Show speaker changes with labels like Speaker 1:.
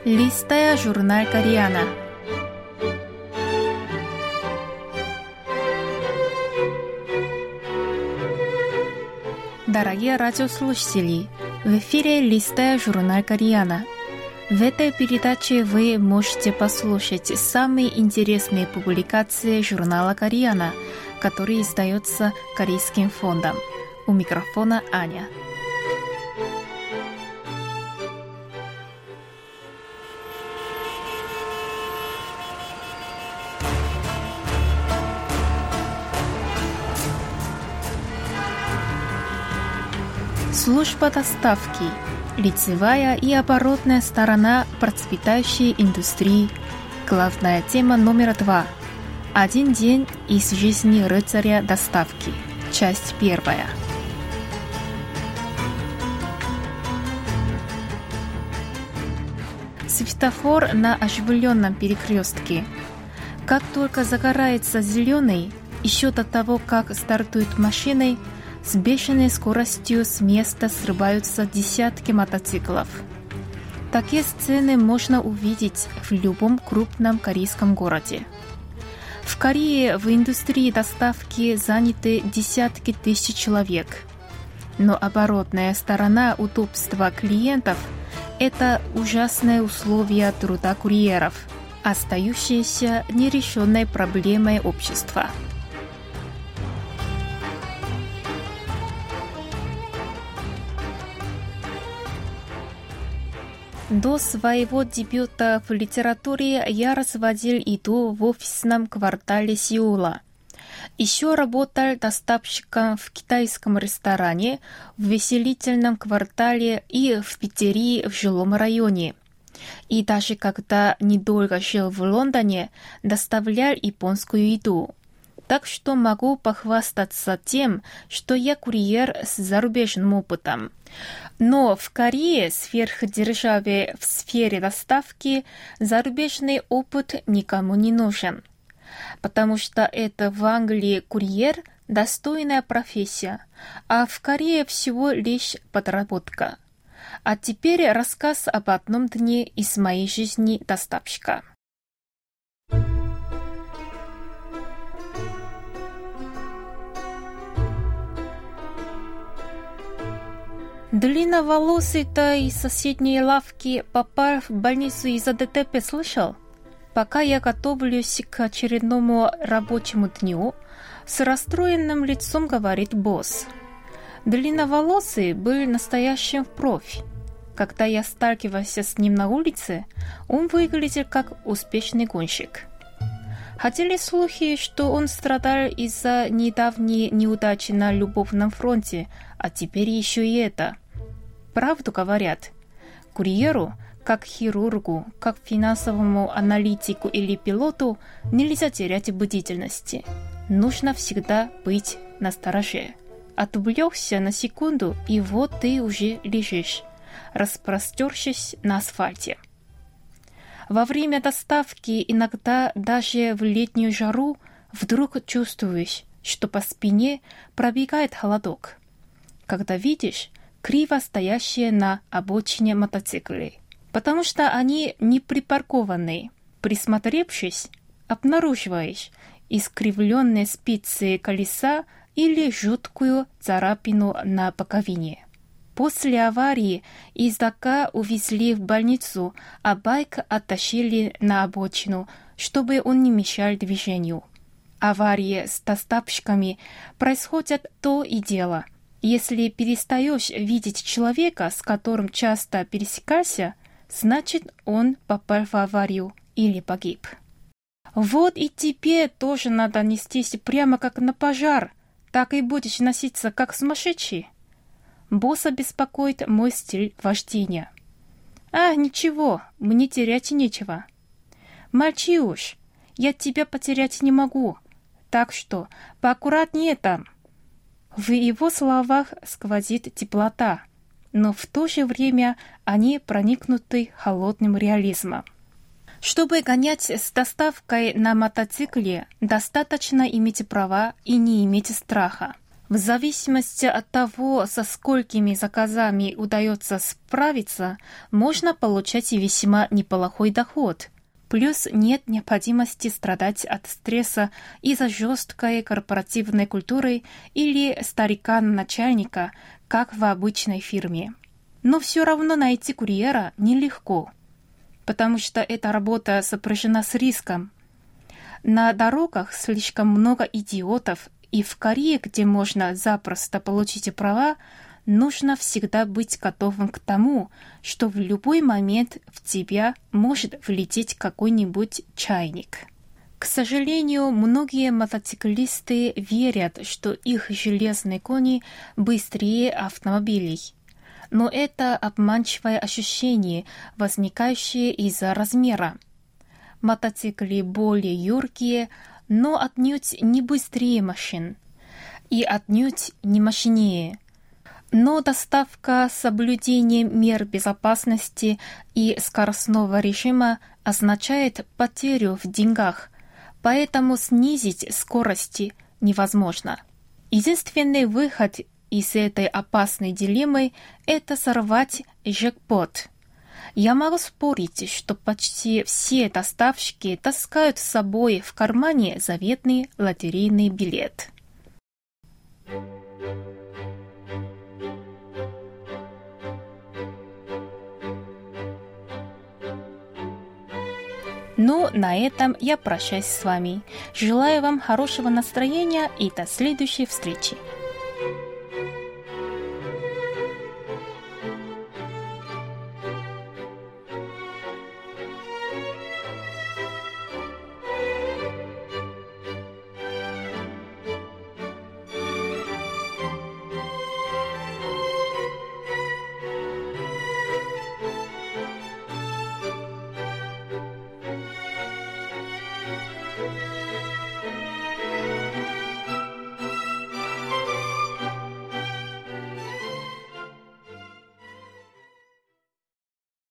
Speaker 1: Листая журнал «Кореяна». Дорогие радиослушатели, в эфире «Листая журнал «Кореяна». В этой передаче вы можете послушать самые интересные публикации журнала «Кореяна», который издается Корейским фондом. У микрофона Аня. Служба доставки – лицевая и оборотная сторона процветающей индустрии. Главная тема номер 2. Один день из жизни рыцаря доставки. Часть 1. Светофор на оживленном перекрестке. Как только загорается зеленый, еще до того, как стартуют машины, с бешеной скоростью с места срываются десятки мотоциклов. Такие сцены можно увидеть в любом крупном корейском городе. В Корее в индустрии доставки заняты десятки тысяч человек. Но оборотная сторона удобства клиентов – это ужасные условия труда курьеров, остающиеся нерешенной проблемой общества. До своего дебюта в литературе я разводил еду в офисном квартале Сеула. Еще работал доставщиком в китайском ресторане, в веселительном квартале и в пиццерии в жилом районе. И даже когда недолго жил в Лондоне, доставлял японскую еду. Так что могу похвастаться тем, что я курьер с зарубежным опытом. Но в Корее, сверхдержаве в сфере доставки, зарубежный опыт никому не нужен. Потому что это в Англии курьер – достойная профессия, а в Корее всего лишь подработка. А теперь рассказ об одном дне из моей жизни доставщика. Длинноволосый-то из соседней лавки попал в больницу из-за ДТП, слышал? Пока я готовлюсь к очередному рабочему дню, с расстроенным лицом говорит босс. Длинноволосый был настоящим профи. Когда я сталкивался с ним на улице, он выглядел как успешный гонщик. Ходили слухи, что он страдал из-за недавней неудачи на любовном фронте, а теперь еще и это. Правду говорят. Курьеру, как хирургу, как финансовому аналитику или пилоту, нельзя терять бдительности. Нужно всегда быть настороже. Отвлекся на секунду, и вот ты уже лежишь, распростершись на асфальте. Во время доставки иногда даже в летнюю жару вдруг чувствуешь, что по спине пробегает холодок, когда видишь криво стоящие на обочине мотоциклы, потому что они не припаркованы. Присмотревшись, обнаруживаешь искривленные спицы колеса или жуткую царапину на боковине. После аварии ездока увезли в больницу, а байк оттащили на обочину, чтобы он не мешал движению. Аварии с доставщиками происходят то и дело. Если перестаешь видеть человека, с которым часто пересекался, значит, он попал в аварию или погиб. Вот и тебе тоже надо нестись прямо как на пожар, так и будешь носиться как сумасшедший. Босса беспокоит мой стиль вождения. А, ничего, мне терять нечего. Молчи уж, я тебя потерять не могу, так что поаккуратнее там. В его словах сквозит теплота, но в то же время они проникнуты холодным реализмом. Чтобы гонять с доставкой на мотоцикле, достаточно иметь права и не иметь страха. В зависимости от того, со сколькими заказами удается справиться, можно получать и весьма неплохой доход. Плюс нет необходимости страдать от стресса из-за жесткой корпоративной культуры или старика-начальника, как в обычной фирме. Но все равно найти курьера нелегко, потому что эта работа сопряжена с риском. На дорогах слишком много идиотов, и в Корее, где можно запросто получить права, нужно всегда быть готовым к тому, что в любой момент в тебя может влететь какой-нибудь чайник. К сожалению, многие мотоциклисты верят, что их железные кони быстрее автомобилей. Но это обманчивое ощущение, возникающее из-за размера. Мотоциклы более юркие, но отнюдь не быстрее машин. И отнюдь не мощнее. Но доставка с соблюдением мер безопасности и скоростного режима означает потерю в деньгах, поэтому снизить скорости невозможно. Единственный выход из этой опасной дилеммы – это сорвать джекпот. Я могу спорить, что почти все доставщики таскают с собой в кармане заветный лотерейный билет. Ну, на этом я прощаюсь с вами. Желаю вам хорошего настроения и до следующей встречи.